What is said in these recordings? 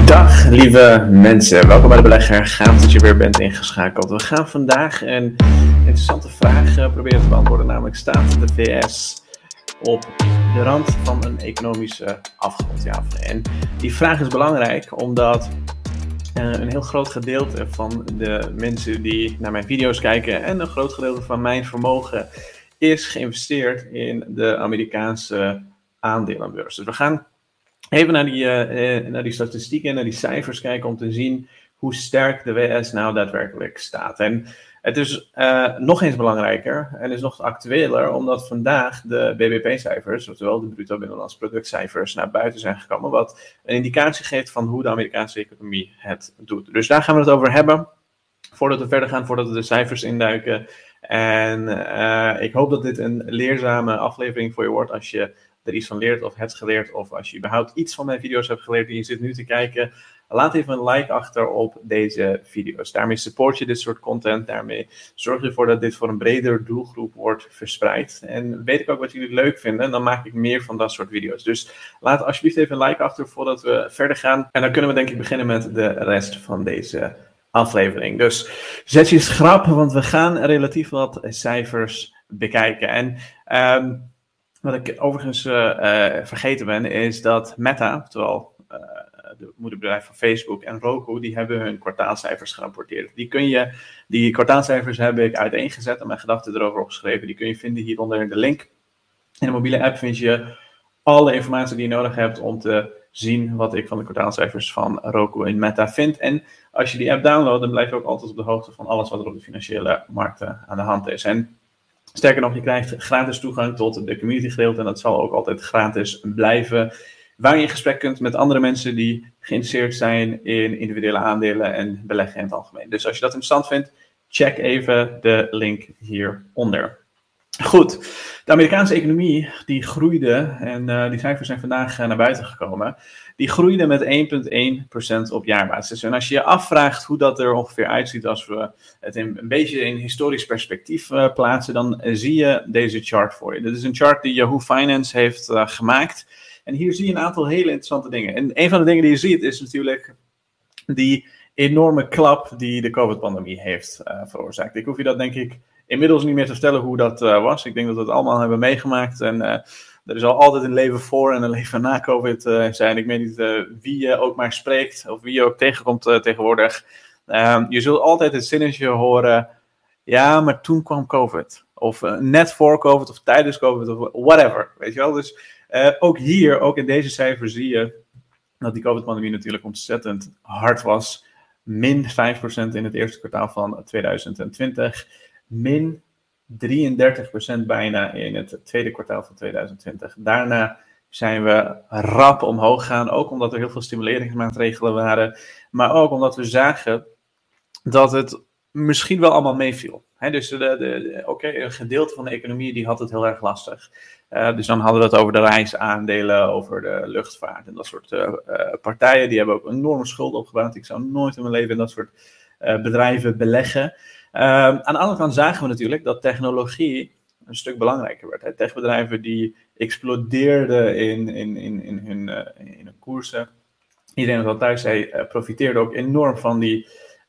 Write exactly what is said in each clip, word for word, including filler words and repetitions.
Dag lieve mensen, welkom bij de Belegger. Gaaf dat je weer bent ingeschakeld. We gaan vandaag een interessante vraag uh, proberen te beantwoorden, namelijk staat de V S op de rand van een economische afgrond? Ja, en die vraag is belangrijk omdat uh, een heel groot gedeelte van de mensen die naar mijn video's kijken en een groot gedeelte van mijn vermogen is geïnvesteerd in de Amerikaanse aandelenbeurs. Dus we gaan even naar die, uh, naar die statistieken en naar die cijfers kijken om te zien hoe sterk de W S nou daadwerkelijk staat. En het is uh, nog eens belangrijker en is nog actueler omdat vandaag de B B P-cijfers, oftewel de bruto binnenlands productcijfers, naar buiten zijn gekomen, wat een indicatie geeft van hoe de Amerikaanse economie het doet. Dus daar gaan we het over hebben, voordat we verder gaan, voordat we de cijfers induiken. En uh, ik hoop dat dit een leerzame aflevering voor je wordt als je er iets van leert of hebt geleerd, of als je überhaupt iets van mijn video's hebt geleerd en je zit nu te kijken, laat even een like achter op deze video's. Daarmee support je dit soort content, daarmee zorg je ervoor dat dit voor een breder doelgroep wordt verspreid. En weet ik ook wat jullie leuk vinden, en dan maak ik meer van dat soort video's. Dus laat alsjeblieft even een like achter voordat we verder gaan. En dan kunnen we denk ik beginnen met de rest van deze aflevering. Dus zet je schrap, want we gaan relatief wat cijfers bekijken. En um, wat ik overigens uh, uh, vergeten ben, is dat Meta, terwijl uh, de moederbedrijf van Facebook en Roku, die hebben hun kwartaalcijfers gerapporteerd. Die kun je, die kwartaalcijfers heb ik uiteengezet en mijn gedachten erover opgeschreven. Die kun je vinden hieronder in de link. In de mobiele app vind je alle informatie die je nodig hebt om te zien wat ik van de kwartaalcijfers van Roku en Meta vind. En als je die app downloadt, dan blijf je ook altijd op de hoogte van alles wat er op de financiële markten aan de hand is. En sterker nog, je krijgt gratis toegang tot de community gedeelte en dat zal ook altijd gratis blijven. Waar je in gesprek kunt met andere mensen die geïnteresseerd zijn in individuele aandelen en beleggen in het algemeen. Dus als je dat interessant vindt, check even de link hieronder. Goed, de Amerikaanse economie die groeide, en uh, die cijfers zijn vandaag uh, naar buiten gekomen, die groeide met één komma één procent op jaarbasis. En als je je afvraagt hoe dat er ongeveer uitziet als we het in, een beetje in historisch perspectief uh, plaatsen, dan uh, zie je deze chart voor je. Dit is een chart die Yahoo Finance heeft uh, gemaakt. En hier zie je een aantal hele interessante dingen. En een van de dingen die je ziet is natuurlijk die enorme klap die de COVID-pandemie heeft uh, veroorzaakt. Ik hoef je dat denk ik inmiddels niet meer te vertellen hoe dat uh, was. Ik denk dat we het allemaal hebben meegemaakt. En uh, er zal altijd een leven voor en een leven na COVID uh, zijn. Ik weet niet uh, wie je ook maar spreekt of wie je ook tegenkomt uh, tegenwoordig. Uh, je zult altijd het zinnetje horen, ja, maar toen kwam COVID. Of uh, net voor COVID of tijdens COVID of whatever. Weet je wel? Dus uh, ook hier, ook in deze cijfers zie je dat die COVID-pandemie natuurlijk ontzettend hard was. min vijf procent in het eerste kwartaal van tweeduizend twintig. min drieëndertig procent bijna in het tweede kwartaal van tweeduizend twintig. Daarna zijn we rap omhoog gegaan, ook omdat er heel veel stimuleringsmaatregelen waren, maar ook omdat we zagen dat het misschien wel allemaal meeviel. He, dus de, de, de, oké, okay, een gedeelte van de economie die had het heel erg lastig. Uh, dus dan hadden we het over de reisaandelen, over de luchtvaart en dat soort uh, uh, partijen. Die hebben ook enorme schulden opgebouwd. Ik zou nooit in mijn leven in dat soort uh, bedrijven beleggen. Uh, aan de andere kant zagen we natuurlijk dat technologie een stuk belangrijker werd. Hè. Techbedrijven die explodeerden in, in, in, in, hun, uh, in hun koersen. Iedereen wat thuis zei, uh, profiteerde ook enorm van, die,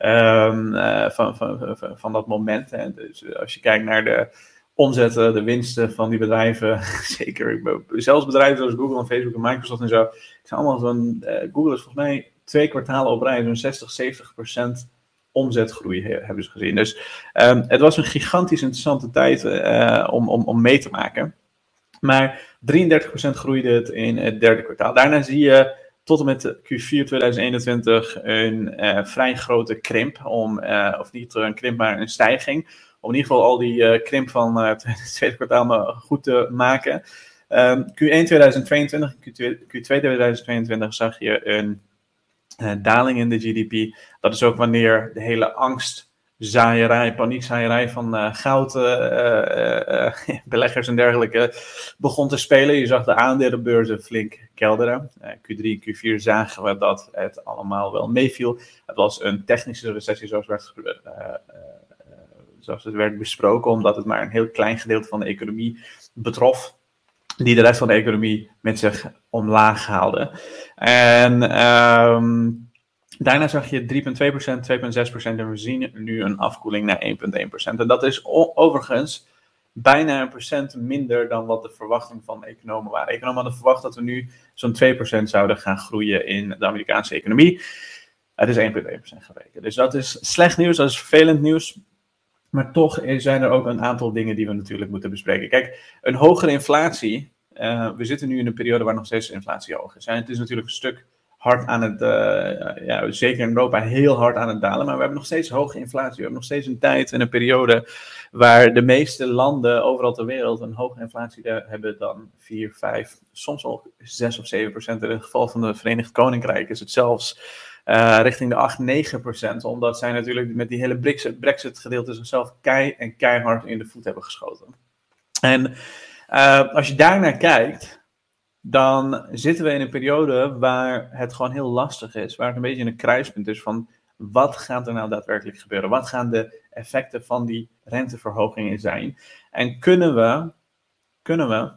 um, uh, van, van, van, van dat moment. Hè. Dus als je kijkt naar de omzetten, de winsten van die bedrijven, zeker zelfs bedrijven zoals Google en Facebook en Microsoft en zo. Het zijn allemaal zo'n, uh, Google is volgens mij twee kwartalen op rij, zo'n zestig, zeventig procent omzetgroei hebben ze gezien. Dus um, het was een gigantisch interessante tijd uh, om, om, om mee te maken. Maar drieëndertig procent groeide het in het derde kwartaal. Daarna zie je tot en met Q vier tweeduizend eenentwintig een uh, vrij grote krimp. Om, uh, of niet een krimp, maar een stijging. Om in ieder geval al die uh, krimp van uh, het tweede kwartaal maar goed te maken. Um, Q één tweeduizend tweeëntwintig en Q twee, Q twee tweeduizend tweeëntwintig zag je een Uh, daling in de G D P. Dat is ook wanneer de hele angstzaaierij, paniekzaaierij van uh, goud, uh, uh, uh, beleggers en dergelijke begon te spelen. Je zag de aandelenbeurzen flink kelderen. Uh, Q drie, Q vier zagen we dat het allemaal wel meeviel. Het was een technische recessie zoals, werd, uh, uh, zoals het werd besproken, omdat het maar een heel klein gedeelte van de economie betrof, die de rest van de economie met zich omlaag haalde. En um, Daarna zag je drie komma twee procent, twee komma zes procent en we zien nu een afkoeling naar één komma één procent. En dat is o- overigens bijna een procent minder dan wat de verwachting van de economen waren. De economen hadden verwacht dat we nu zo'n twee procent zouden gaan groeien in de Amerikaanse economie. Het is één komma één procent geweken. Dus dat is slecht nieuws, dat is vervelend nieuws. Maar toch zijn er ook een aantal dingen die we natuurlijk moeten bespreken. Kijk, een hogere inflatie. Uh, we zitten nu in een periode waar nog steeds de inflatie hoog is. En het is natuurlijk een stuk hard aan het, uh, ja, zeker in Europa, heel hard aan het dalen. Maar we hebben nog steeds hoge inflatie. We hebben nog steeds een tijd en een periode waar de meeste landen overal ter wereld een hoge inflatie hebben dan vier, vijf, soms al zes of zeven procent. In het geval van het Verenigd Koninkrijk is het zelfs uh, richting de acht, negen procent. Omdat zij natuurlijk met die hele Brexit gedeelte zichzelf kei en keihard in de voet hebben geschoten. En uh, als je daarnaar kijkt, dan zitten we in een periode waar het gewoon heel lastig is. Waar het een beetje een kruispunt is van wat gaat er nou daadwerkelijk gebeuren? Wat gaan de effecten van die renteverhogingen zijn? En kunnen we, kunnen we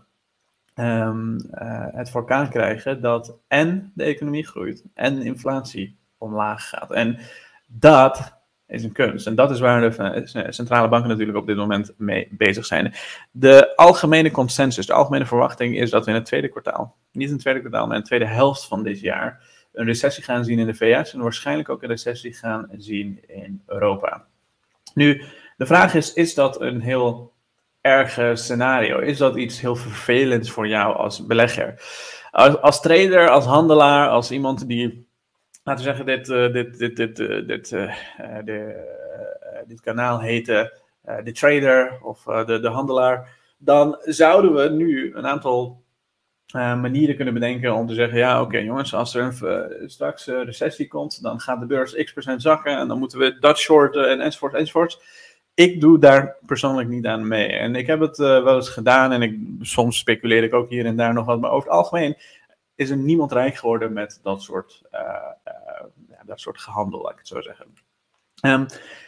um, uh, het voor elkaar krijgen dat en de economie groeit en de inflatie omlaag gaat? En dat is een kunst. En dat is waar de centrale banken natuurlijk op dit moment mee bezig zijn. De algemene consensus, de algemene verwachting is dat we in het tweede kwartaal, niet in het tweede kwartaal, maar in de tweede helft van dit jaar, een recessie gaan zien in de V S en waarschijnlijk ook een recessie gaan zien in Europa. Nu, de vraag is, is dat een heel erg scenario? Is dat iets heel vervelends voor jou als belegger? Als, als trader, als handelaar, als iemand die, laten we zeggen, dit, uh, dit, dit, dit, uh, dit, uh, de, uh, dit kanaal heette uh, de trader of uh, de, de handelaar, dan zouden we nu een aantal uh, manieren kunnen bedenken om te zeggen, ja oké okay, jongens, als er een, uh, straks een uh, recessie komt, dan gaat de beurs x procent zakken en dan moeten we dat shorten en enzovoort enzovoort. Ik doe daar persoonlijk niet aan mee. En ik heb het uh, wel eens gedaan en ik, soms speculeer ik ook hier en daar nog wat, maar over het algemeen is er niemand rijk geworden met dat soort, uh, uh, ja, dat soort gehandel, laat ik het zo zeggen. Um,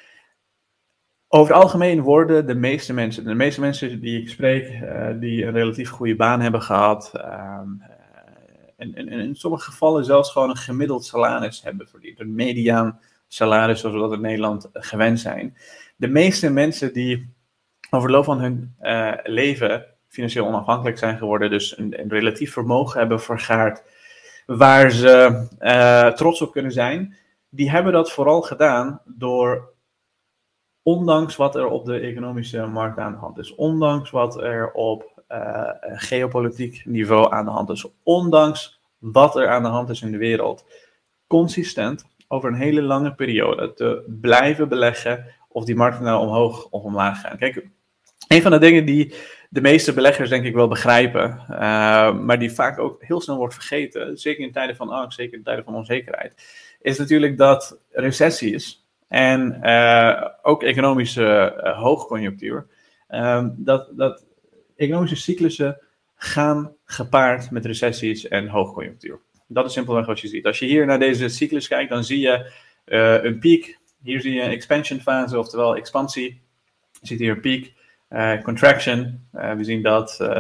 over het algemeen worden de meeste mensen, de meeste mensen die ik spreek, uh, die een relatief goede baan hebben gehad, um, uh, en, en, en in sommige gevallen zelfs gewoon een gemiddeld salaris hebben verdiend. Een mediaan salaris, zoals we dat in Nederland gewend zijn. De meeste mensen die over de loop van hun uh, leven financieel onafhankelijk zijn geworden, dus een, een relatief vermogen hebben vergaard, waar ze uh, trots op kunnen zijn, die hebben dat vooral gedaan door, ondanks wat er op de economische markt aan de hand is, ondanks wat er op uh, geopolitiek niveau aan de hand is, ondanks wat er aan de hand is in de wereld, consistent over een hele lange periode te blijven beleggen of die markten nou omhoog of omlaag gaan. Kijk, een van de dingen die de meeste beleggers denk ik wel begrijpen, uh, maar die vaak ook heel snel wordt vergeten, zeker in tijden van angst, zeker in tijden van onzekerheid, is natuurlijk dat recessies en uh, ook economische uh, hoogconjunctuur, uh, dat, dat economische cyclussen gaan gepaard met recessies en hoogconjunctuur. Dat is simpelweg wat je ziet. Als je hier naar deze cyclus kijkt, dan zie je uh, een piek. Hier zie je een expansion fase, oftewel expansie. Je ziet hier een piek. Uh, contraction, uh, we zien dat uh, uh,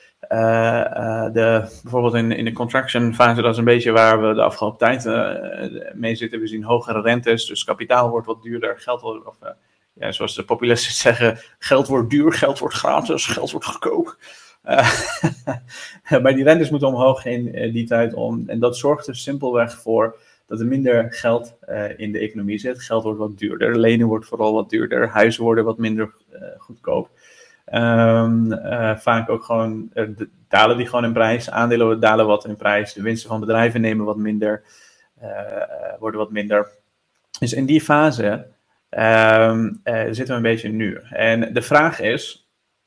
uh, de, bijvoorbeeld in, in de contraction fase, dat is een beetje waar we de afgelopen tijd uh, mee zitten. We zien hogere rentes, dus kapitaal wordt wat duurder, geld wordt, of, uh, ja, zoals de populisten zeggen, geld wordt duur, geld wordt gratis, geld wordt goedkoop. Uh, maar die rentes moeten omhoog in uh, die tijd om, en dat zorgt er simpelweg voor dat er minder geld uh, in de economie zit. Geld wordt wat duurder, lenen wordt vooral wat duurder, huizen worden wat minder uh, goedkoop. Um, uh, vaak ook gewoon, uh, dalen die gewoon in prijs, aandelen dalen wat in prijs, de winsten van bedrijven nemen wat minder, uh, uh, worden wat minder. Dus in die fase um, uh, zitten we een beetje nu. En de vraag is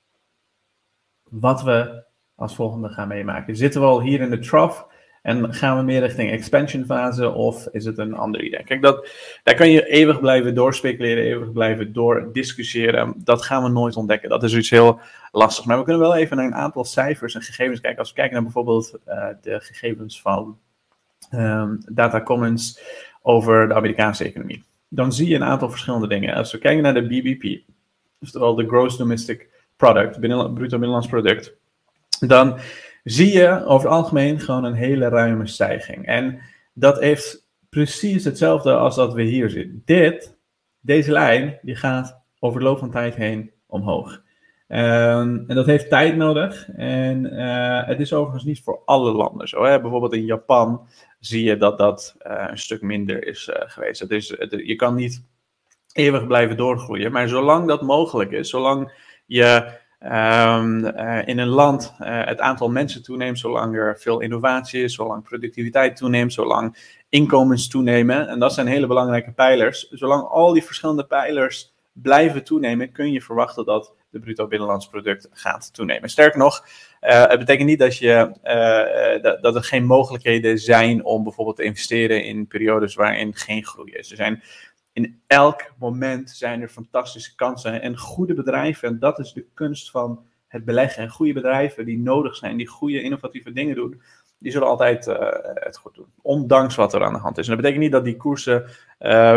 wat we als volgende gaan meemaken. Zitten we al hier in de trough en gaan we meer richting expansion fase of is het een ander idee? Kijk, dat, daar kan je eeuwig blijven doorspeculeren, eeuwig blijven doordiscussiëren. Dat gaan we nooit ontdekken. Dat is iets heel lastig. Maar we kunnen wel even naar een aantal cijfers en gegevens kijken. Als we kijken naar bijvoorbeeld uh, de gegevens van um, Data Commons over de Amerikaanse economie. Dan zie je een aantal verschillende dingen. Als we kijken naar de B B P, oftewel de Gross Domestic Product, binnen, bruto binnenlands product, dan zie je over het algemeen gewoon een hele ruime stijging. En dat heeft precies hetzelfde als dat we hier zien. Dit, deze lijn, die gaat over de loop van tijd heen omhoog. Um, en dat heeft tijd nodig. En uh, het is overigens niet voor alle landen zo. Hè? Bijvoorbeeld in Japan zie je dat dat uh, een stuk minder is uh, geweest. Het is, het, je kan niet eeuwig blijven doorgroeien. Maar zolang dat mogelijk is, zolang je um, uh, in een land uh, het aantal mensen toeneemt, zolang er veel innovatie is, zolang productiviteit toeneemt, zolang inkomens toenemen, en dat zijn hele belangrijke pijlers. Zolang al die verschillende pijlers blijven toenemen, kun je verwachten dat de bruto binnenlands product gaat toenemen. Sterker nog, uh, het betekent niet dat, je, uh, dat, dat er geen mogelijkheden zijn om bijvoorbeeld te investeren in periodes waarin geen groei is. Er zijn in elk moment zijn er fantastische kansen en goede bedrijven, en dat is de kunst van het beleggen. Goede bedrijven die nodig zijn, die goede innovatieve dingen doen, die zullen altijd uh, het goed doen, ondanks wat er aan de hand is. En dat betekent niet dat die koersen Uh,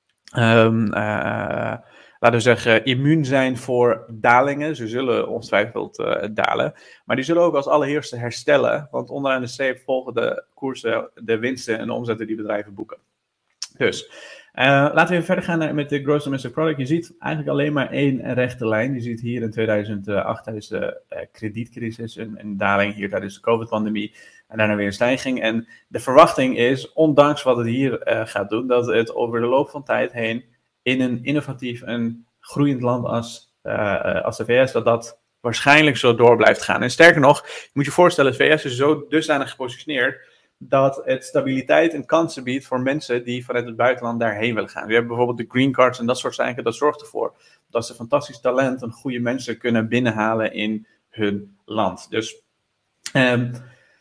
um, uh, laten we zeggen, immuun zijn voor dalingen. Ze zullen ongetwijfeld uh, dalen. Maar die zullen ook als allereerste herstellen. Want onderaan de streep volgen de koersen, de winsten en de omzetten die bedrijven boeken. Dus, uh, laten we even verder gaan met de Gross Domestic Product. Je ziet eigenlijk alleen maar één rechte lijn. Je ziet hier in tweeduizend acht tijdens de uh, kredietcrisis een, een daling. Hier tijdens de COVID-pandemie. En daarna weer een stijging. En de verwachting is, ondanks wat het hier uh, gaat doen, dat het over de loop van tijd heen in een innovatief en groeiend land als, uh, als de V S, dat dat waarschijnlijk zo door blijft gaan. En sterker nog, je moet je voorstellen, de V S is zo dusdanig gepositioneerd dat het stabiliteit en kansen biedt voor mensen die vanuit het buitenland daarheen willen gaan. We hebben bijvoorbeeld de green cards en dat soort zaken. Dat zorgt ervoor dat ze fantastisch talent en goede mensen kunnen binnenhalen in hun land. Dus um,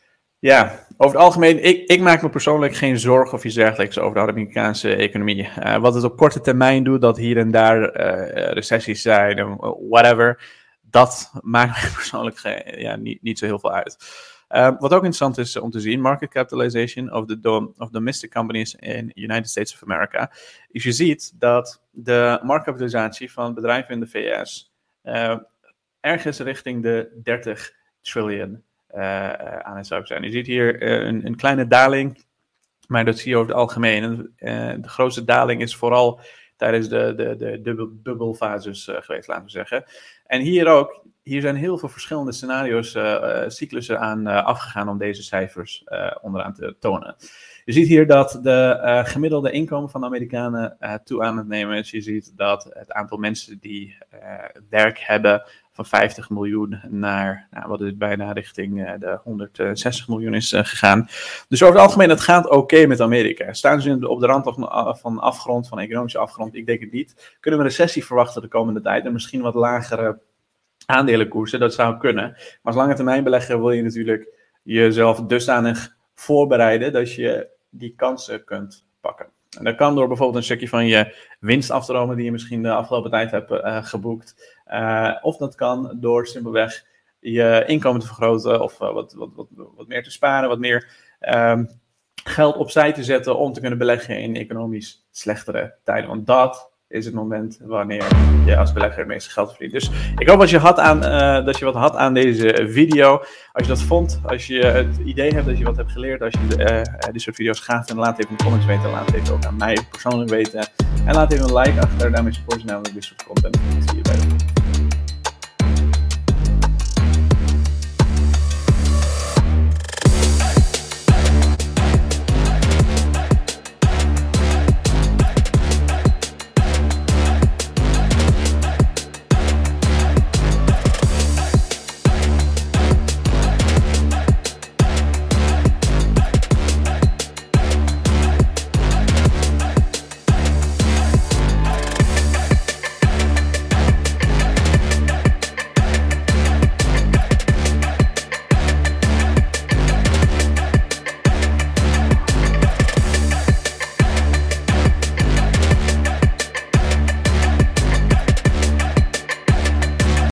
ja, over het algemeen, ik, ik maak me persoonlijk geen zorgen of iets dergelijks over de Amerikaanse economie. Uh, wat het op korte termijn doet, dat hier en daar uh, recessies zijn, uh, whatever, dat maakt me persoonlijk ge- ja, niet, niet zo heel veel uit. Uh, wat ook interessant is om te zien, market capitalization of, the dom- of domestic companies in United States of America, is je ziet dat de marktkapitalisatie van bedrijven in de V S uh, ergens richting de dertig triljoen Uh, uh, aan het zou zijn. Je ziet hier uh, een, een kleine daling, maar dat zie je over het algemeen. En, uh, de grootste daling is vooral tijdens de, de, de, de bubbelfases uh, geweest, laten we zeggen. En hier ook, hier zijn heel veel verschillende scenario's, uh, uh, cyclussen aan uh, afgegaan om deze cijfers uh, onderaan te tonen. Je ziet hier dat de uh, gemiddelde inkomen van de Amerikanen uh, toe aan het nemen is. Je ziet dat het aantal mensen die uh, werk hebben van vijftig miljoen naar, nou, wat is het, bijna richting uh, de honderdzestig miljoen is uh, gegaan. Dus over het algemeen, het gaat oké okay met Amerika. Staan ze op de rand van, van afgrond, van economische afgrond? Ik denk het niet. Kunnen we een recessie verwachten de komende tijd en misschien wat lagere aandelenkoersen? Dat zou kunnen. Maar als lange termijn belegger wil je natuurlijk jezelf dusdanig voorbereiden dat je die kansen kunt pakken. En dat kan door bijvoorbeeld een stukje van je winst af te romen die je misschien de afgelopen tijd hebt uh, geboekt. Uh, of dat kan door simpelweg je inkomen te vergroten of uh, wat, wat, wat, wat meer te sparen, wat meer um, geld opzij te zetten om te kunnen beleggen in economisch slechtere tijden. Want dat is het moment wanneer je als belegger het meeste geld verdient. Dus ik hoop dat je, had aan, uh, dat je wat had aan deze video. Als je dat vond, als je het idee hebt dat je wat hebt geleerd, als je uh, uh, dit soort video's gaaf vindt, laat even in de comments weten. Laat het even ook aan mij persoonlijk weten. En laat even een like achter, daarmee support je namelijk dit soort content.